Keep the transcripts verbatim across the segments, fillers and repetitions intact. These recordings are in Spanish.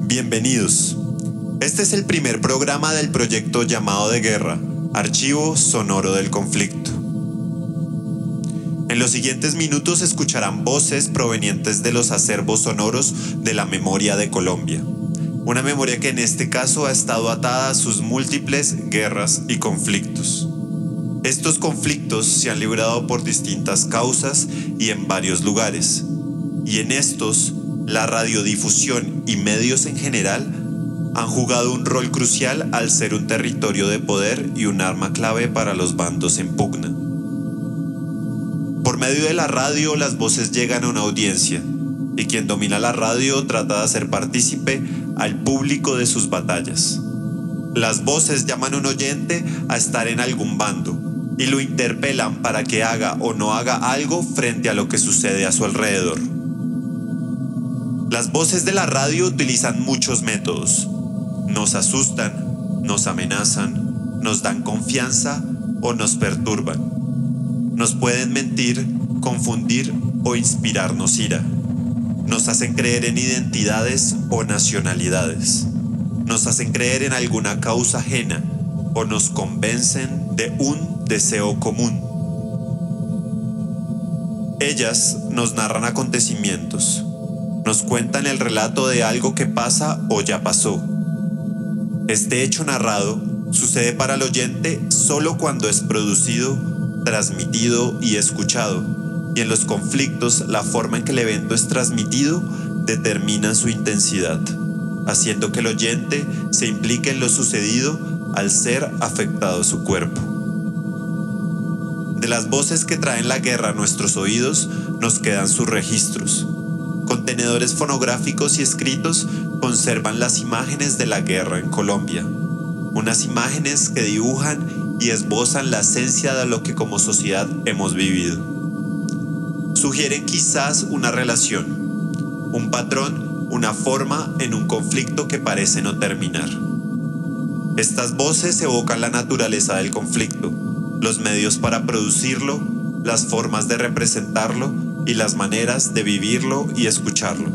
Bienvenidos. Este es el primer programa del proyecto Llamado de Guerra, Archivo Sonoro del Conflicto. En los siguientes minutos escucharán voces provenientes de los acervos sonoros de la memoria de Colombia. Una memoria que en este caso ha estado atada a sus múltiples guerras y conflictos. Estos conflictos se han librado por distintas causas y en varios lugares. Y en estos, la radiodifusión y medios en general han jugado un rol crucial al ser un territorio de poder y un arma clave para los bandos en pugna. Por medio de la radio, las voces llegan a una audiencia, y quien domina la radio trata de hacer partícipe al público de sus batallas. Las voces llaman a un oyente a estar en algún bando, y lo interpelan para que haga o no haga algo frente a lo que sucede a su alrededor. Las voces de la radio utilizan muchos métodos. Nos asustan, nos amenazan, nos dan confianza o nos perturban. Nos pueden mentir, confundir o inspirarnos ira. Nos hacen creer en identidades o nacionalidades. Nos hacen creer en alguna causa ajena o nos convencen de un deseo común. Ellas nos narran acontecimientos. Nos cuentan el relato de algo que pasa o ya pasó. Este hecho narrado sucede para el oyente solo cuando es producido, transmitido y escuchado, y en los conflictos la forma en que el evento es transmitido determina su intensidad, haciendo que el oyente se implique en lo sucedido al ser afectado su cuerpo. De las voces que traen la guerra a nuestros oídos nos quedan sus registros. Contenedores fonográficos y escritos conservan las imágenes de la guerra en Colombia, unas imágenes que dibujan y esbozan la esencia de lo que como sociedad hemos vivido. Sugieren quizás una relación, un patrón, una forma en un conflicto que parece no terminar. Estas voces evocan la naturaleza del conflicto, los medios para producirlo, las formas de representarlo y las maneras de vivirlo y escucharlo.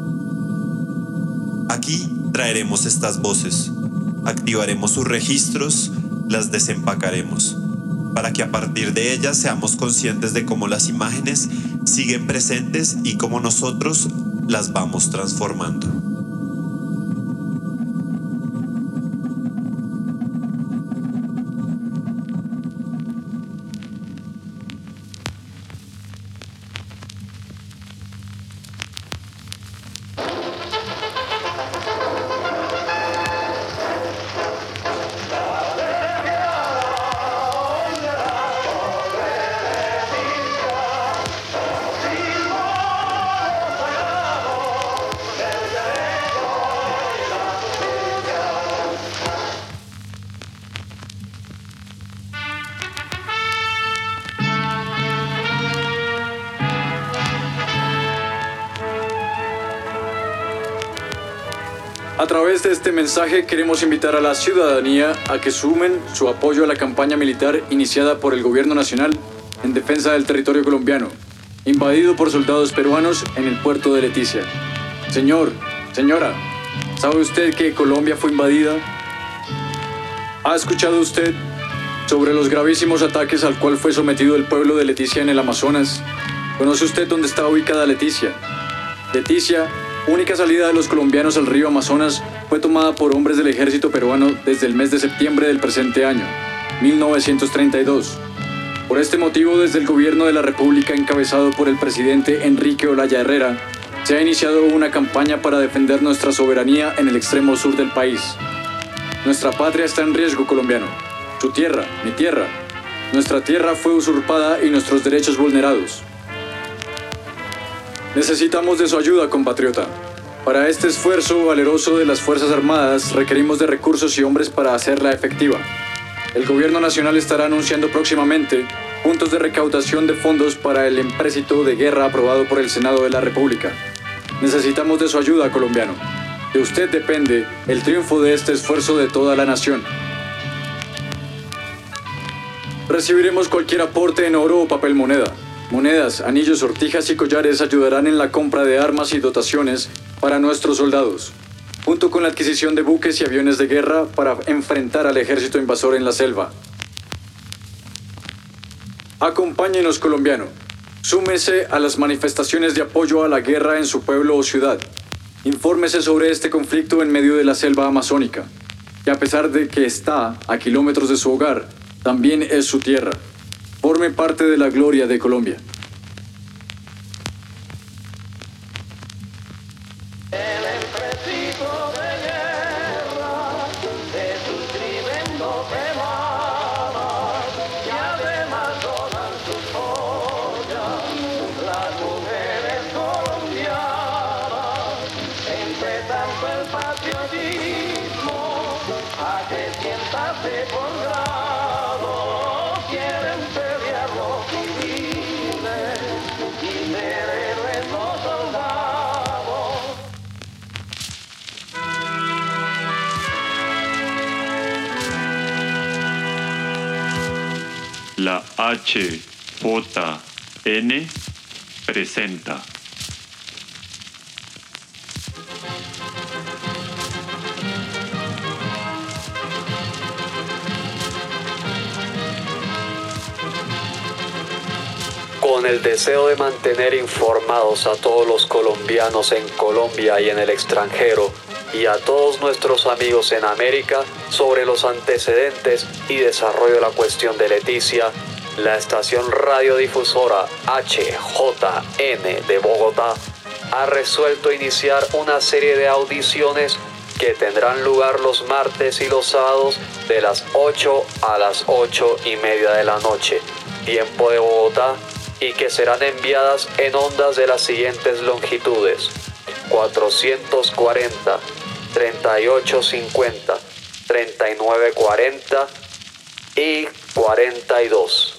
Aquí traeremos estas voces, activaremos sus registros, las desempacaremos, para que a partir de ellas seamos conscientes de cómo las imágenes siguen presentes y cómo nosotros las vamos transformando. A través de este mensaje queremos invitar a la ciudadanía a que sumen su apoyo a la campaña militar iniciada por el Gobierno Nacional en defensa del territorio colombiano, invadido por soldados peruanos en el puerto de Leticia. Señor, señora, ¿sabe usted que Colombia fue invadida? ¿Ha escuchado usted sobre los gravísimos ataques al cual fue sometido el pueblo de Leticia en el Amazonas? ¿Conoce usted dónde está ubicada Leticia? Leticia, única salida de los colombianos al río Amazonas, fue tomada por hombres del ejército peruano desde el mes de septiembre del presente año, mil novecientos treinta y dos. Por este motivo, desde el gobierno de la República, encabezado por el presidente Enrique Olaya Herrera, se ha iniciado una campaña para defender nuestra soberanía en el extremo sur del país. Nuestra patria está en riesgo, colombiano. Su tierra, mi tierra. Nuestra tierra fue usurpada y nuestros derechos vulnerados. Necesitamos de su ayuda, compatriota. Para este esfuerzo valeroso de las Fuerzas Armadas requerimos de recursos y hombres para hacerla efectiva. El Gobierno Nacional estará anunciando próximamente puntos de recaudación de fondos para el empréstito de guerra aprobado por el Senado de la República. Necesitamos de su ayuda, colombiano. De usted depende el triunfo de este esfuerzo de toda la nación. Recibiremos cualquier aporte en oro o papel moneda. Monedas, anillos, sortijas y collares ayudarán en la compra de armas y dotaciones para nuestros soldados. junto con la adquisición de buques y aviones de guerra para enfrentar al ejército invasor en la selva. Acompáñenos, colombiano. Súmese a las manifestaciones de apoyo a la guerra en su pueblo o ciudad. Infórmese sobre este conflicto en medio de la selva amazónica, que a pesar de que está a kilómetros de su hogar, también es su tierra. Forme parte de la gloria de Colombia. La H J N presenta. Con el deseo de mantener informados a todos los colombianos en Colombia y en el extranjero, y a todos nuestros amigos en América sobre los antecedentes y desarrollo de la cuestión de Leticia, la estación radiodifusora H J N de Bogotá ha resuelto iniciar una serie de audiciones que tendrán lugar los martes y los sábados de las ocho a las ocho y media de la noche, tiempo de Bogotá, y que serán enviadas en ondas de las siguientes longitudes: cuatrocientos cuarenta, treinta y ocho cincuenta, treinta y nueve cuarenta y cuarenta y dos.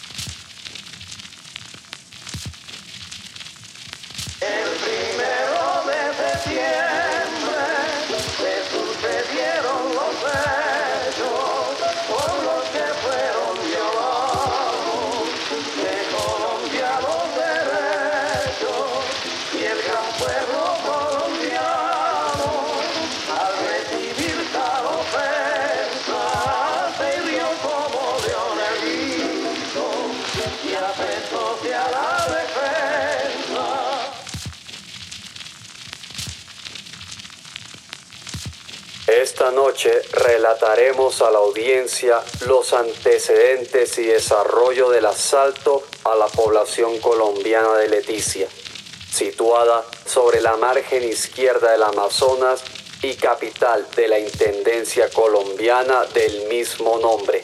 El primero de septiembre se sucedieron los hechos por los que fueron violados de colombianos derechos, y el gran pueblo colombiano, al recibir tal ofensa, se rió como león herido y aprestóse a la defensa. Esta noche relataremos a la audiencia los antecedentes y desarrollo del asalto a la población colombiana de Leticia, situada sobre la margen izquierda del Amazonas y capital de la Intendencia colombiana del mismo nombre.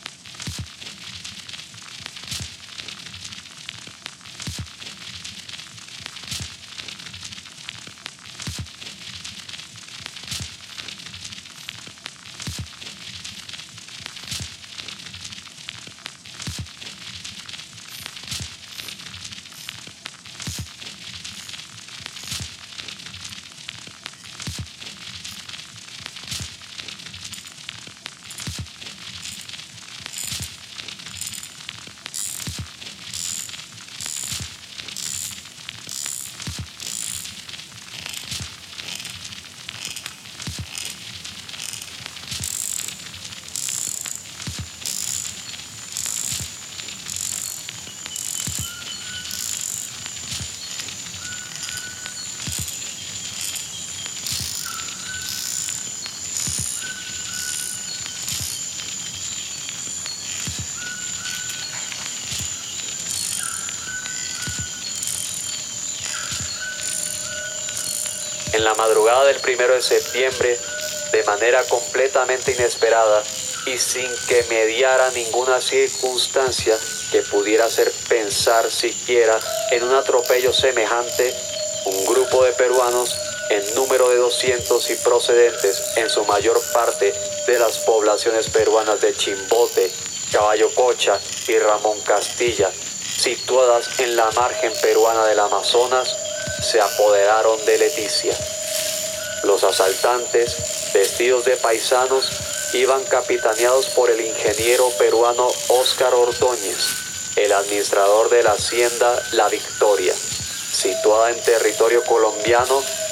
En la madrugada del primero de septiembre, de manera completamente inesperada y sin que mediara ninguna circunstancia que pudiera hacer pensar siquiera en un atropello semejante, un grupo de peruanos en número de doscientos y procedentes en su mayor parte de las poblaciones peruanas de Chimbote, Caballococha y Ramón Castilla, situadas en la margen peruana del Amazonas, se apoderaron de Leticia. Los asaltantes, vestidos de paisanos, iban capitaneados por el ingeniero peruano Óscar Ordóñez, el administrador de la hacienda La Victoria, situada en territorio colombiano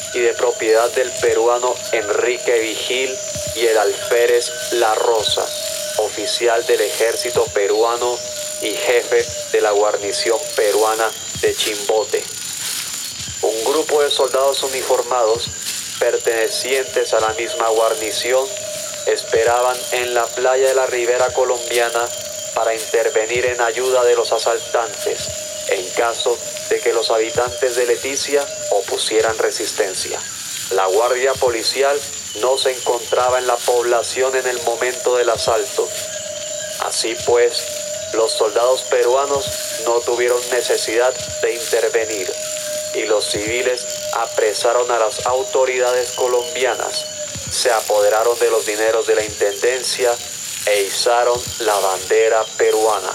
y de propiedad del peruano Enrique Vigil y el alférez La Rosa, oficial del ejército peruano y jefe de la guarnición peruana de Chimbote. Un grupo de soldados uniformados pertenecientes a la misma guarnición esperaban en la playa de la ribera colombiana para intervenir en ayuda de los asaltantes en caso de que los habitantes de Leticia opusieran resistencia. La guardia policial no se encontraba en la población en el momento del asalto. Así pues, los soldados peruanos no tuvieron necesidad de intervenir y los civiles apresaron a las autoridades colombianas, se apoderaron de los dineros de la intendencia e izaron la bandera peruana.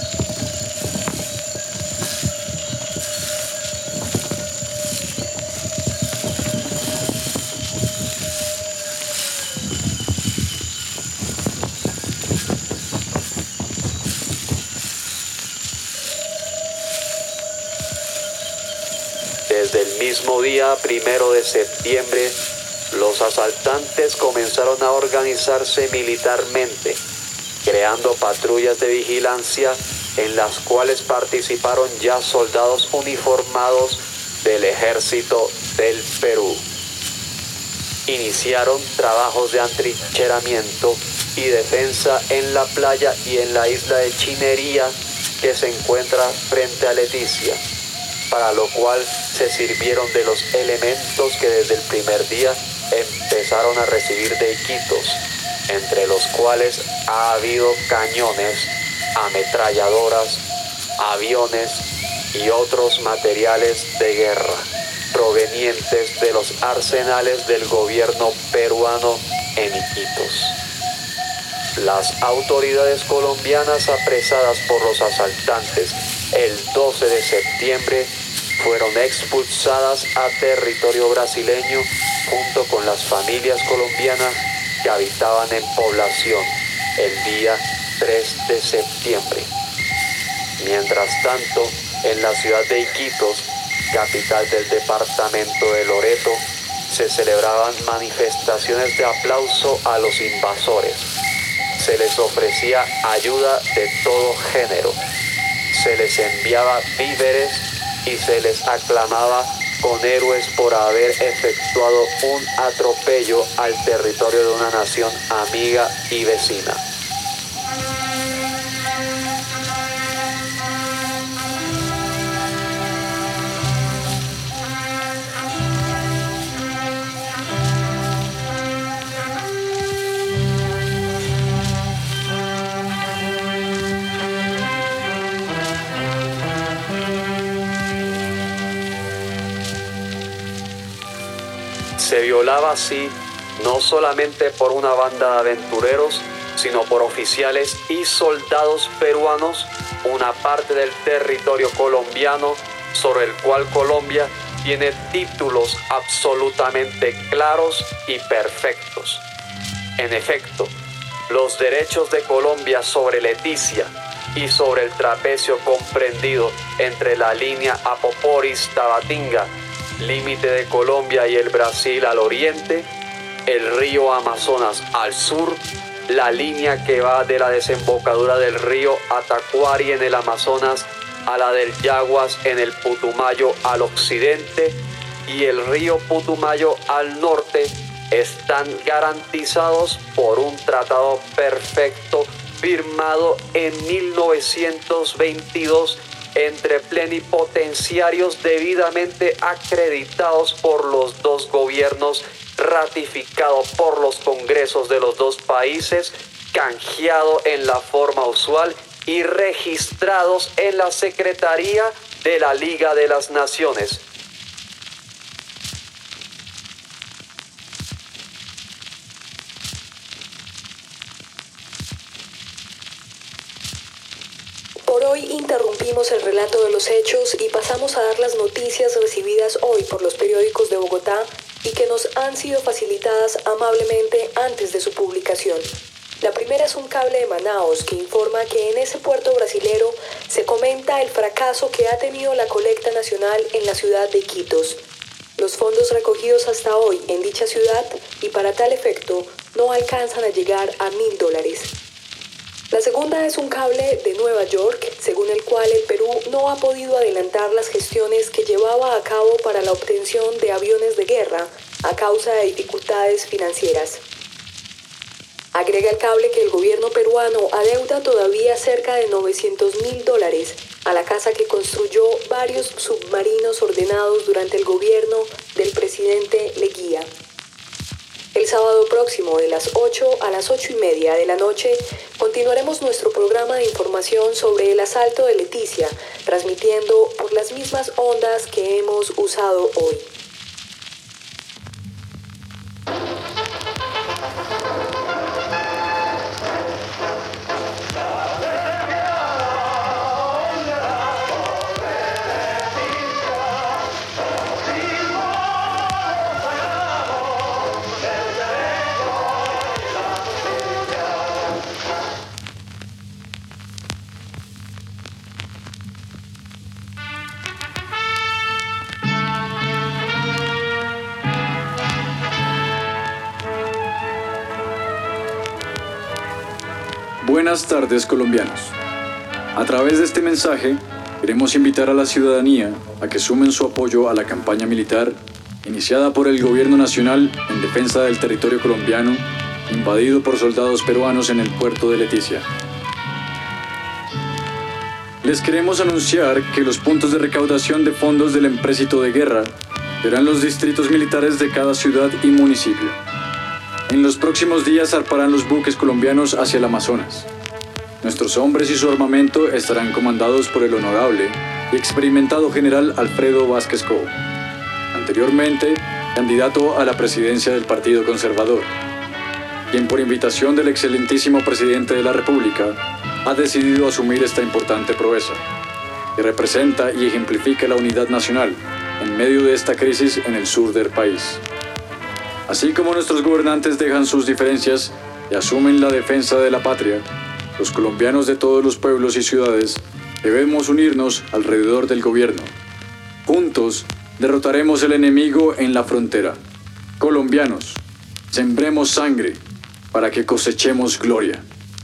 Desde el mismo día primero de septiembre, los asaltantes comenzaron a organizarse militarmente, creando patrullas de vigilancia en las cuales participaron ya soldados uniformados del ejército del Perú. Iniciaron trabajos de atrincheramiento y defensa en la playa y en la isla de Chinería, que se encuentra frente a Leticia, para lo cual se sirvieron de los elementos que desde el primer día empezaron a recibir de Iquitos, entre los cuales ha habido cañones, ametralladoras, aviones y otros materiales de guerra provenientes de los arsenales del gobierno peruano en Iquitos. Las autoridades colombianas apresadas por los asaltantes el doce de septiembre fueron expulsadas a territorio brasileño junto con las familias colombianas que habitaban en población el día tres de septiembre. Mientras tanto, en la ciudad de Iquitos, capital del departamento de Loreto, se celebraban manifestaciones de aplauso a los invasores. Se les ofrecía ayuda de todo género, se les enviaba víveres y se les aclamaba con héroes por haber efectuado un atropello al territorio de una nación amiga y vecina. Se violaba así no solamente por una banda de aventureros, sino por oficiales y soldados peruanos, una parte del territorio colombiano sobre el cual Colombia tiene títulos absolutamente claros y perfectos. En efecto, los derechos de Colombia sobre Leticia y sobre el trapecio comprendido entre la línea Apoporis-Tabatinga, límite de Colombia y el Brasil al oriente, el río Amazonas al sur, la línea que va de la desembocadura del río Atacuari en el Amazonas a la del Yaguas en el Putumayo al occidente y el río Putumayo al norte, están garantizados por un tratado perfecto firmado en mil novecientos veintidós entre plenipotenciarios debidamente acreditados por los dos gobiernos, ratificado por los congresos de los dos países, canjeado en la forma usual y registrados en la Secretaría de la Liga de las Naciones. Por hoy interrumpimos el relato de los hechos y pasamos a dar las noticias recibidas hoy por los periódicos de Bogotá y que nos han sido facilitadas amablemente antes de su publicación. La primera es un cable de Manaos que informa que en ese puerto brasilero se comenta el fracaso que ha tenido la colecta nacional en la ciudad de Iquitos. los fondos recogidos hasta hoy en dicha ciudad y para tal efecto no alcanzan a llegar a mil dólares. La segunda es un cable de Nueva York, según el cual el Perú no ha podido adelantar las gestiones que llevaba a cabo para la obtención de aviones de guerra a causa de dificultades financieras. Agrega el cable que el gobierno peruano adeuda todavía cerca de novecientos mil dólares a la casa que construyó varios submarinos ordenados durante el gobierno del presidente Leguía. El sábado próximo, de las ocho a las ocho y media de la noche, continuaremos nuestro programa de información sobre el asalto de Leticia, transmitiendo por las mismas ondas que hemos usado hoy. Buenas tardes, colombianos. A través de este mensaje, queremos invitar a la ciudadanía a que sumen su apoyo a la campaña militar iniciada por el Gobierno Nacional en defensa del territorio colombiano invadido por soldados peruanos en el puerto de Leticia. Les queremos anunciar que los puntos de recaudación de fondos del empréstito de guerra serán los distritos militares de cada ciudad y municipio. En los próximos días zarparán los buques colombianos hacia el Amazonas. Nuestros hombres y su armamento estarán comandados por el honorable y experimentado general Alfredo Vázquez Cobo, anteriormente candidato a la presidencia del Partido Conservador, quien por invitación del excelentísimo presidente de la República ha decidido asumir esta importante proeza, que representa y ejemplifica la unidad nacional en medio de esta crisis en el sur del país. Así como nuestros gobernantes dejan sus diferencias y asumen la defensa de la patria, los colombianos de todos los pueblos y ciudades debemos unirnos alrededor del gobierno. Juntos derrotaremos el enemigo en la frontera. Colombianos, sembremos sangre para que cosechemos gloria.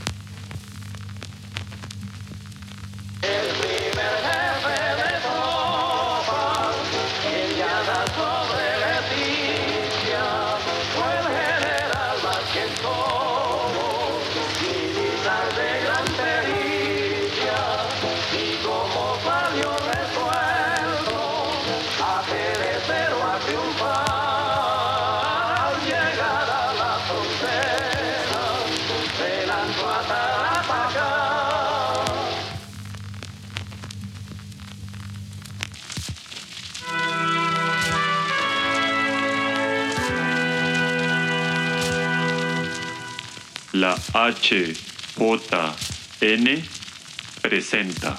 La H J N presenta.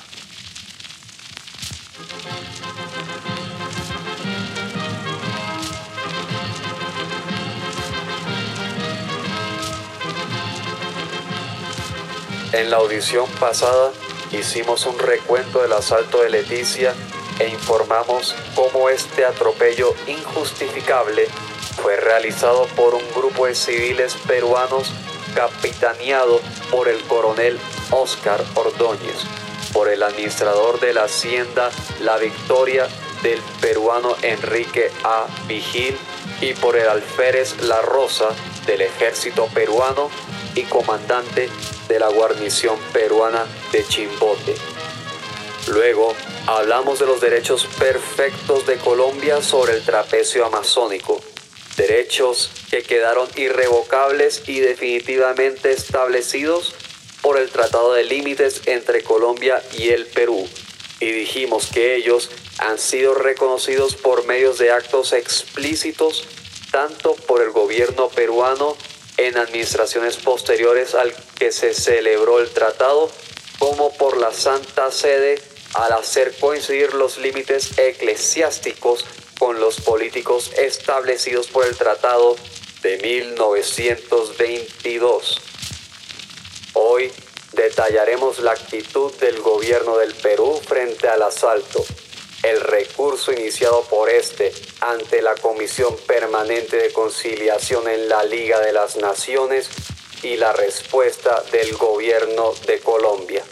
En la audición pasada hicimos un recuento del asalto de Leticia e informamos cómo este atropello injustificable fue realizado por un grupo de civiles peruanos capitaneado por el coronel Óscar Ordóñez, por el administrador de la hacienda La Victoria del peruano Enrique A. Vigil y por el alférez La Rosa del ejército peruano y comandante de la guarnición peruana de Chimbote. Luego hablamos de los derechos perfectos de Colombia sobre el trapecio amazónico, derechos que quedaron irrevocables y definitivamente establecidos por el Tratado de Límites entre Colombia y el Perú, y dijimos que ellos han sido reconocidos por medios de actos explícitos tanto por el gobierno peruano en administraciones posteriores al que se celebró el tratado, como por la Santa Sede al hacer coincidir los límites eclesiásticos con los políticos establecidos por el Tratado de mil novecientos veintidós. Hoy detallaremos la actitud del gobierno del Perú frente al asalto, el recurso iniciado por este ante la Comisión Permanente de Conciliación en la Liga de las Naciones y la respuesta del gobierno de Colombia.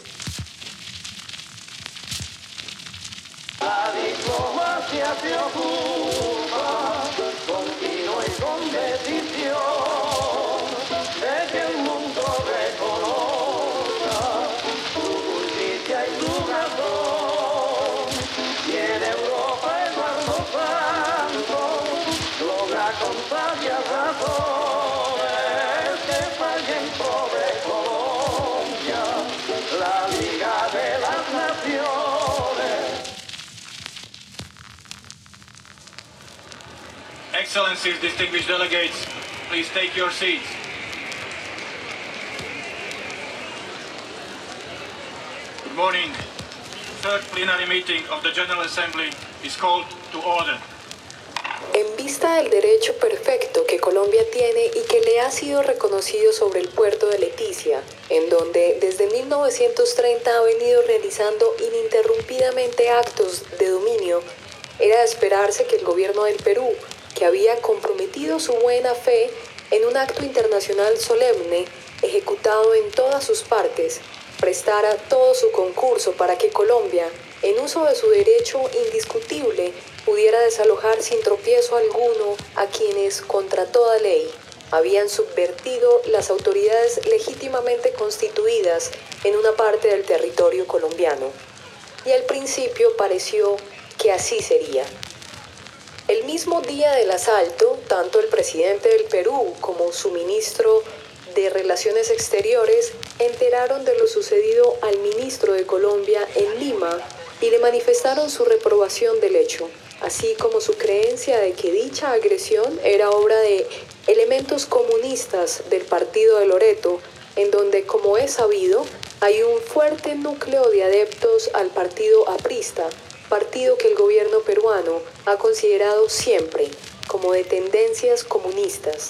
La diplomacia se ocupa continua y con decisión de que el mundo reconozca su justicia y su razón. Y en Europa Eduardo Santos logra con sabias razones que falle en pro de Colombia la Liga de las Naciones. Excellencies, distinguished delegates, please take your seats. Good morning. Third plenary meeting of the General Assembly is called to order. En vista del derecho perfecto que Colombia tiene y que le ha sido reconocido sobre el puerto de Leticia, en donde desde mil novecientos treinta ha venido realizando ininterrumpidamente actos de dominio, era de esperarse que el gobierno del Perú, que había comprometido su buena fe en un acto internacional solemne, ejecutado en todas sus partes, prestara todo su concurso para que Colombia, en uso de su derecho indiscutible, pudiera desalojar sin tropiezo alguno a quienes, contra toda ley, habían subvertido las autoridades legítimamente constituidas en una parte del territorio colombiano. Y al principio pareció que así sería. El mismo día del asalto, tanto el presidente del Perú como su ministro de Relaciones Exteriores enteraron de lo sucedido al ministro de Colombia en Lima y le manifestaron su reprobación del hecho, así como su creencia de que dicha agresión era obra de elementos comunistas del partido de Loreto, en donde, como es sabido, hay un fuerte núcleo de adeptos al partido aprista, partido que el gobierno peruano ha considerado siempre como de tendencias comunistas.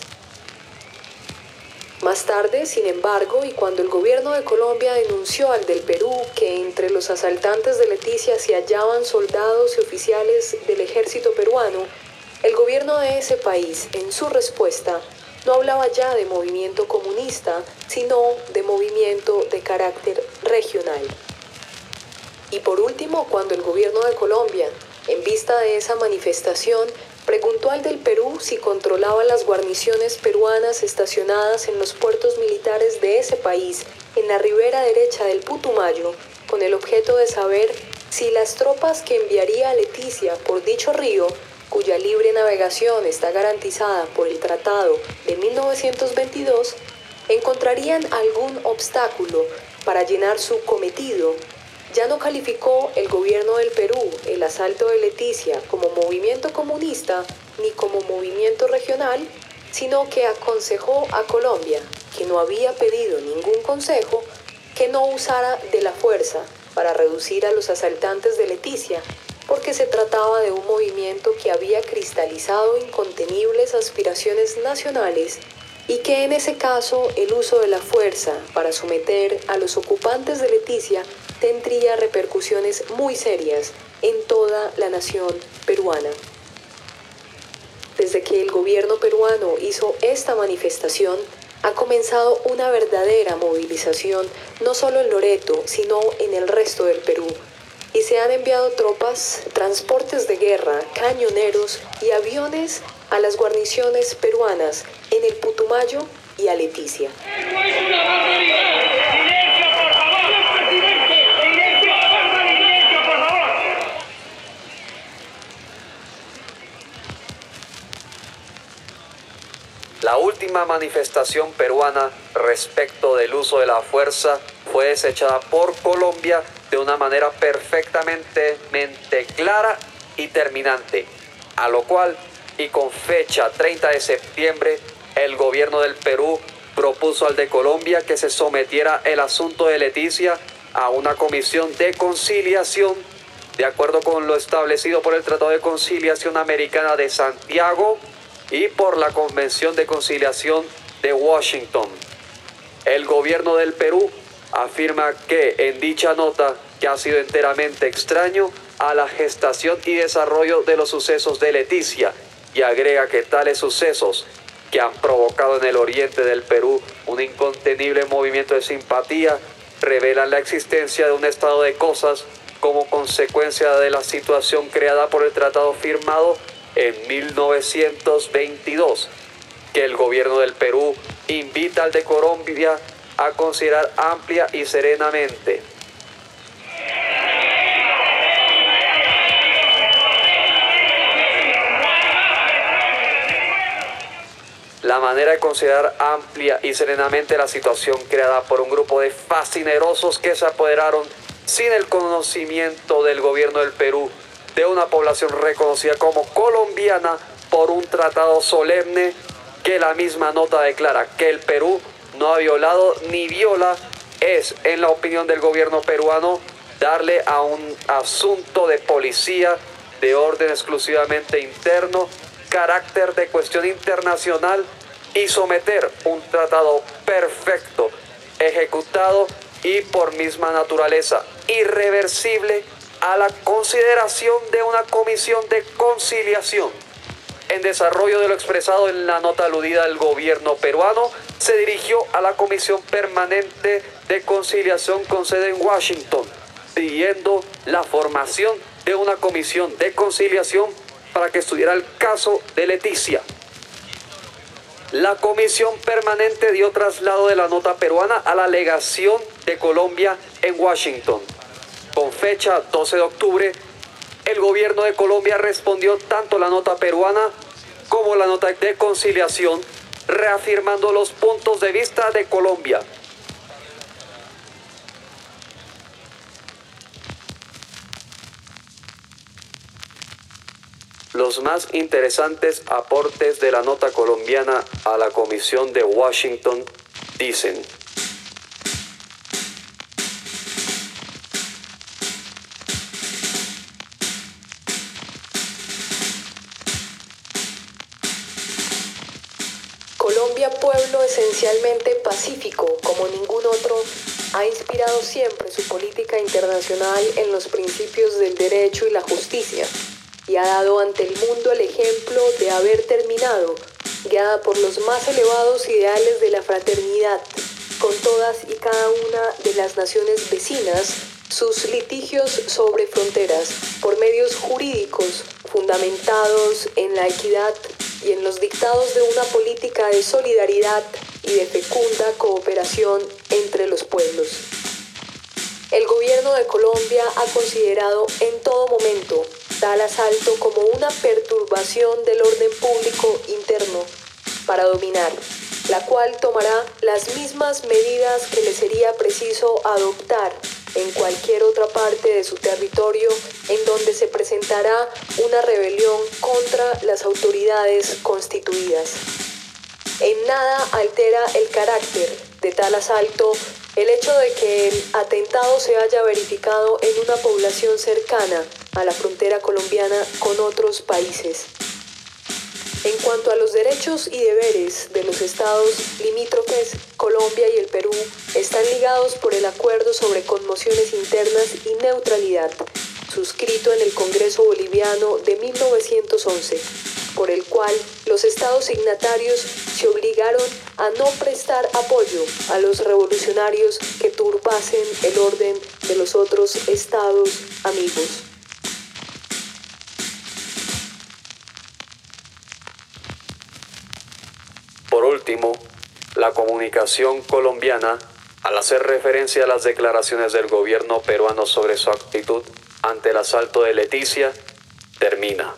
Más tarde, sin embargo, y cuando el gobierno de Colombia denunció al del Perú que entre los asaltantes de Leticia se hallaban soldados y oficiales del ejército peruano, el gobierno de ese país, en su respuesta, no hablaba ya de movimiento comunista, sino de movimiento de carácter regional. Y por último, cuando el gobierno de Colombia, en vista de esa manifestación, preguntó al del Perú si controlaba las guarniciones peruanas estacionadas en los puertos militares de ese país, en la ribera derecha del Putumayo, con el objeto de saber si las tropas que enviaría a Leticia por dicho río, cuya libre navegación está garantizada por el Tratado de mil novecientos veintidós, encontrarían algún obstáculo para llenar su cometido. Ya no calificó el gobierno del Perú el asalto de Leticia como movimiento comunista ni como movimiento regional, sino que aconsejó a Colombia, que no había pedido ningún consejo, que no usara de la fuerza para reducir a los asaltantes de Leticia, porque se trataba de un movimiento que había cristalizado incontenibles aspiraciones nacionales y que en ese caso el uso de la fuerza para someter a los ocupantes de Leticia tendría repercusiones muy serias en toda la nación peruana. Desde que el gobierno peruano hizo esta manifestación, ha comenzado una verdadera movilización, no solo en Loreto, sino en el resto del Perú, y se han enviado tropas, transportes de guerra, cañoneros y aviones a las guarniciones peruanas en el Putumayo y a Leticia. ¡Esto es una barbaridad! ¡Silencio, por favor! ¡Presidente! ¡Silencio, porfa! ¡Silencio, por favor! La última manifestación peruana respecto del uso de la fuerza fue desechada por Colombia de una manera perfectamente clara y terminante, a lo cual, y con fecha treinta de septiembre, el gobierno del Perú propuso al de Colombia que se sometiera el asunto de Leticia a una comisión de conciliación, de acuerdo con lo establecido por el Tratado de Conciliación Americana de Santiago y por la Convención de Conciliación de Washington. El gobierno del Perú afirma que en dicha nota, que ha sido enteramente extraño a la gestación y desarrollo de los sucesos de Leticia y agrega que tales sucesos que han provocado en el oriente del Perú un incontenible movimiento de simpatía revelan la existencia de un estado de cosas como consecuencia de la situación creada por el tratado firmado en mil novecientos veintidós, que el gobierno del Perú invita al de Colombia a considerar amplia y serenamente. La manera de considerar amplia y serenamente la situación creada por un grupo de fascinerosos que se apoderaron sin el conocimiento del gobierno del Perú de una población reconocida como colombiana por un tratado solemne que la misma nota declara que el Perú no ha violado ni viola, es, en la opinión del gobierno peruano, darle a un asunto de policía de orden exclusivamente interno carácter de cuestión internacional y someter un tratado perfecto, ejecutado y por misma naturaleza irreversible a la consideración de una comisión de conciliación. En desarrollo de lo expresado en la nota aludida, el gobierno peruano se dirigió a la Comisión Permanente de Conciliación con sede en Washington, pidiendo la formación de una comisión de conciliación para que estudiara el caso de Leticia. La Comisión Permanente dio traslado de la nota peruana a la legación de Colombia en Washington. Con fecha doce de octubre, el gobierno de Colombia respondió tanto la nota peruana como la nota de conciliación, reafirmando los puntos de vista de Colombia. Los más interesantes aportes de la nota colombiana a la Comisión de Washington dicen: Colombia, pueblo esencialmente pacífico como ningún otro, ha inspirado siempre su política internacional en los principios del derecho y la justicia, y ha dado ante el mundo el ejemplo de haber terminado, guiada por los más elevados ideales de la fraternidad, con todas y cada una de las naciones vecinas, sus litigios sobre fronteras, por medios jurídicos fundamentados en la equidad y en los dictados de una política de solidaridad y de fecunda cooperación entre los pueblos. El gobierno de Colombia ha considerado en todo momento tal asalto como una perturbación del orden público interno para dominar, la cual tomará las mismas medidas que le sería preciso adoptar en cualquier otra parte de su territorio en donde se presentará una rebelión contra las autoridades constituidas. En nada altera el carácter de tal asalto el hecho de que el atentado se haya verificado en una población cercana a la frontera colombiana con otros países. En cuanto a los derechos y deberes de los estados limítrofes, Colombia y el Perú están ligados por el Acuerdo sobre Conmociones Internas y Neutralidad, suscrito en el Congreso Boliviano de mil novecientos once, por el cual los estados signatarios se obligaron a no prestar apoyo a los revolucionarios que turbasen el orden de los otros estados amigos. Por último, la comunicación colombiana, al hacer referencia a las declaraciones del gobierno peruano sobre su actitud ante el asalto de Leticia, termina: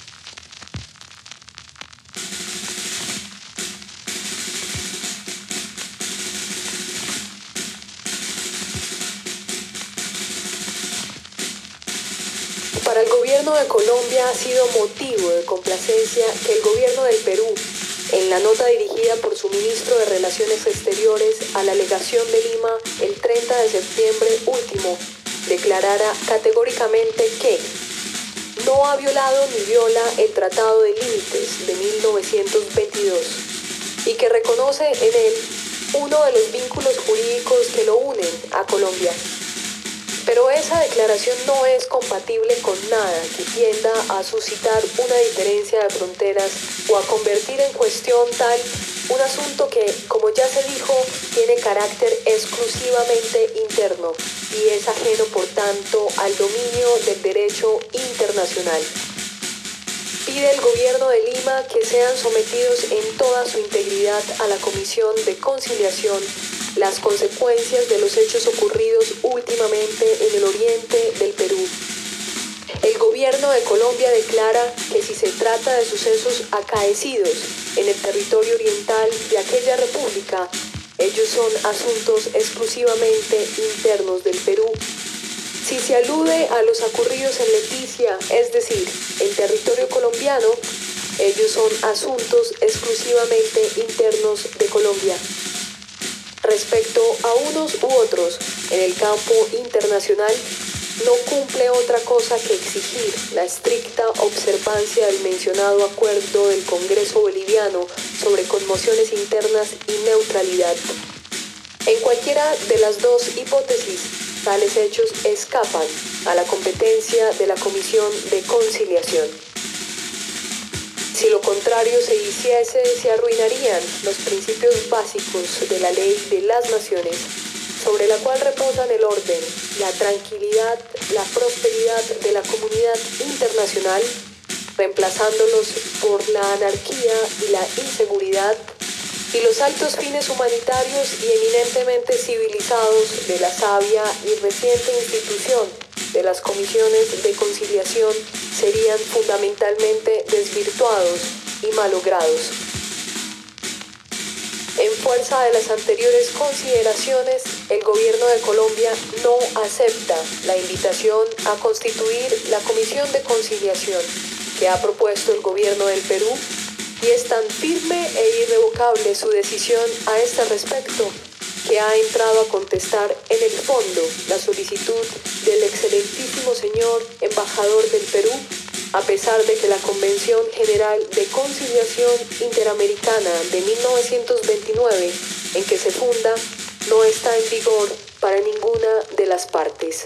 Para el gobierno de Colombia ha sido motivo de complacencia que el gobierno del Perú, en la nota dirigida por su ministro de Relaciones Exteriores a la legación de Lima el treinta de septiembre último, declarara categóricamente que no ha violado ni viola el Tratado de Límites de mil novecientos veintidós y que reconoce en él uno de los vínculos jurídicos que lo unen a Colombia. Pero esa declaración no es compatible con nada que tienda a suscitar una diferencia de fronteras o a convertir en cuestión tal un asunto que, como ya se dijo, tiene carácter exclusivamente interno y es ajeno, por tanto, al dominio del derecho internacional. Pide el gobierno de Lima que sean sometidos en toda su integridad a la Comisión de Conciliación las consecuencias de los hechos ocurridos últimamente en el oriente del Perú. El gobierno de Colombia declara que si se trata de sucesos acaecidos en el territorio oriental de aquella república, ellos son asuntos exclusivamente internos del Perú. Si se alude a los ocurridos en Leticia, es decir, en territorio colombiano, ellos son asuntos exclusivamente internos de Colombia. Respecto a unos u otros en el campo internacional, no cumple otra cosa que exigir la estricta observancia del mencionado acuerdo del Congreso Boliviano sobre conmociones internas y neutralidad. En cualquiera de las dos hipótesis, tales hechos escapan a la competencia de la Comisión de Conciliación. Si lo contrario se hiciese, se arruinarían los principios básicos de la ley de las naciones, sobre la cual reposan el orden, la tranquilidad, la prosperidad de la comunidad internacional, reemplazándolos por la anarquía y la inseguridad, y los altos fines humanitarios y eminentemente civilizados de la sabia y reciente institución de las comisiones de conciliación serían fundamentalmente desvirtuados y malogrados. En fuerza de las anteriores consideraciones, el gobierno de Colombia no acepta la invitación a constituir la Comisión de Conciliación que ha propuesto el gobierno del Perú, y es tan firme e irrevocable su decisión a este respecto que ha entrado a contestar en el fondo la solicitud del excelentísimo señor embajador del Perú, a pesar de que la Convención General de Conciliación Interamericana de mil novecientos veintinueve, en que se funda, no está en vigor para ninguna de las partes.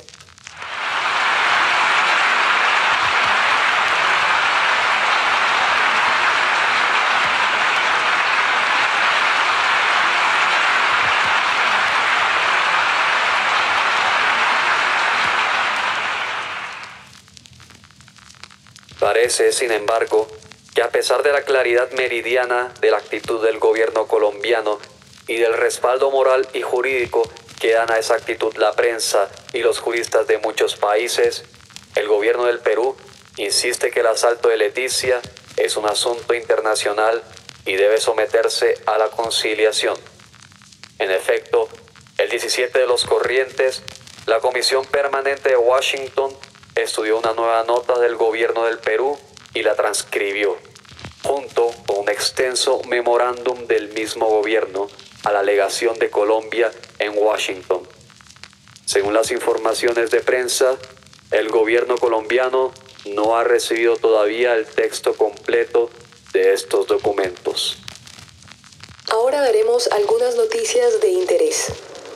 Parece, sin embargo, que a pesar de la claridad meridiana de la actitud del gobierno colombiano y del respaldo moral y jurídico que dan a esa actitud la prensa y los juristas de muchos países, el gobierno del Perú insiste que el asalto de Leticia es un asunto internacional y debe someterse a la conciliación. En efecto, el diecisiete de los corrientes, la Comisión Permanente de Washington estudió una nueva nota del gobierno del Perú y la transcribió, junto con un extenso memorándum del mismo gobierno a la legación de Colombia en Washington. Según las informaciones de prensa, el gobierno colombiano no ha recibido todavía el texto completo de estos documentos. Ahora daremos algunas noticias de interés.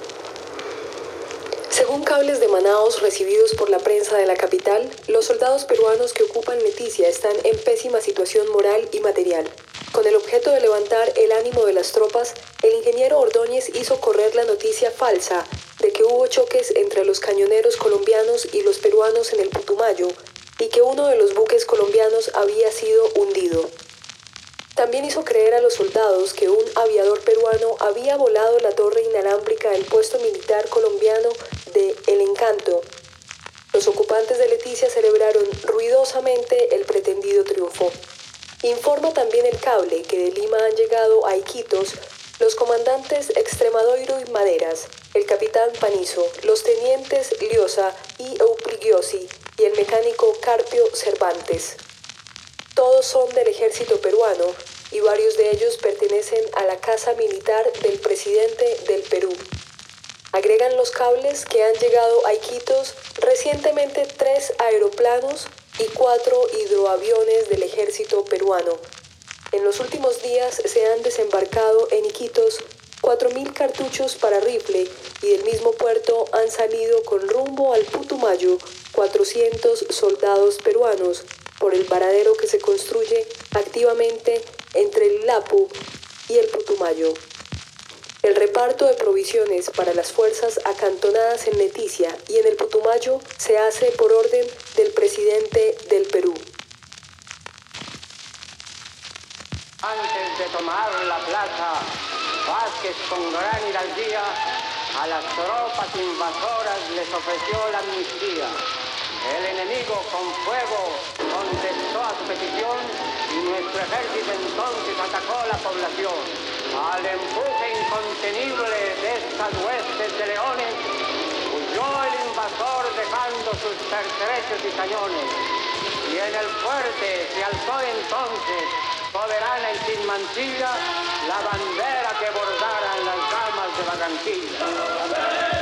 Según cables de Manaos recibidos por la prensa de la capital, los soldados peruanos que ocupan Leticia están en pésima situación moral y material. Con el objeto de levantar el ánimo de las tropas, el ingeniero Ordóñez hizo correr la noticia falsa de que hubo choques entre los cañoneros colombianos y los peruanos en el Putumayo y que uno de los buques colombianos había sido hundido. También hizo creer a los soldados que un aviador peruano había volado la torre inalámbrica del puesto militar colombiano de El Encanto. Los ocupantes de Leticia celebraron ruidosamente el pretendido triunfo. Informa también el cable que de Lima han llegado a Iquitos los comandantes Extremadoiro y Maderas, el capitán Panizo, los tenientes Liosa y Euplagiosi y el mecánico Carpio Cervantes. Todos son del ejército peruano y varios de ellos pertenecen a la casa militar del presidente del Perú. Agregan los cables que han llegado a Iquitos recientemente tres aeroplanos y cuatro hidroaviones del ejército peruano. En los últimos días se han desembarcado en Iquitos cuatro mil cartuchos para rifle y del mismo puerto han salido con rumbo al Putumayo cuatrocientos soldados peruanos por el varadero que se construye activamente entre el Lapu y el Putumayo. El reparto de provisiones para las fuerzas acantonadas en Leticia y en el Putumayo se hace por orden del presidente del Perú. Antes de tomar la plaza, Vázquez con gran hidalguía a las tropas invasoras les ofreció la amnistía. El enemigo con fuego contestó a su petición y nuestro ejército entonces atacó la población. Al empuje incontenible de estas huestes de leones, huyó el invasor dejando sus pertrechos y cañones. Y en el fuerte se alzó entonces, soberana y sin mancilla, la bandera que bordaran las damas de Barranquilla.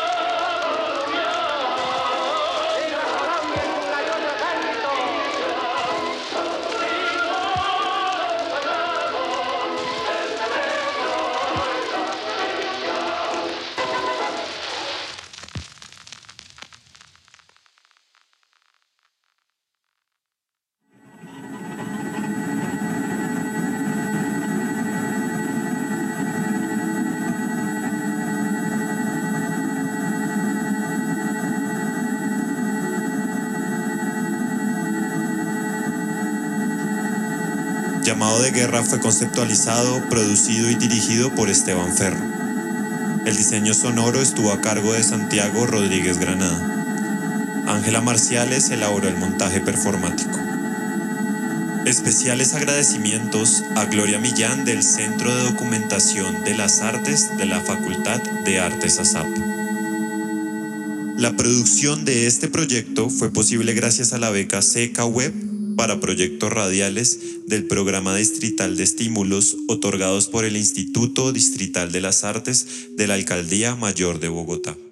Llamado de Guerra fue conceptualizado, producido y dirigido por Esteban Ferro. El diseño sonoro estuvo a cargo de Santiago Rodríguez Granada. Ángela Marciales elaboró el montaje performático. Especiales agradecimientos a Gloria Millán del Centro de Documentación de las Artes de la Facultad de Artes A S A P. La producción de este proyecto fue posible gracias a la beca SECA Web para proyectos radiales del Programa Distrital de Estímulos otorgados por el Instituto Distrital de las Artes de la Alcaldía Mayor de Bogotá.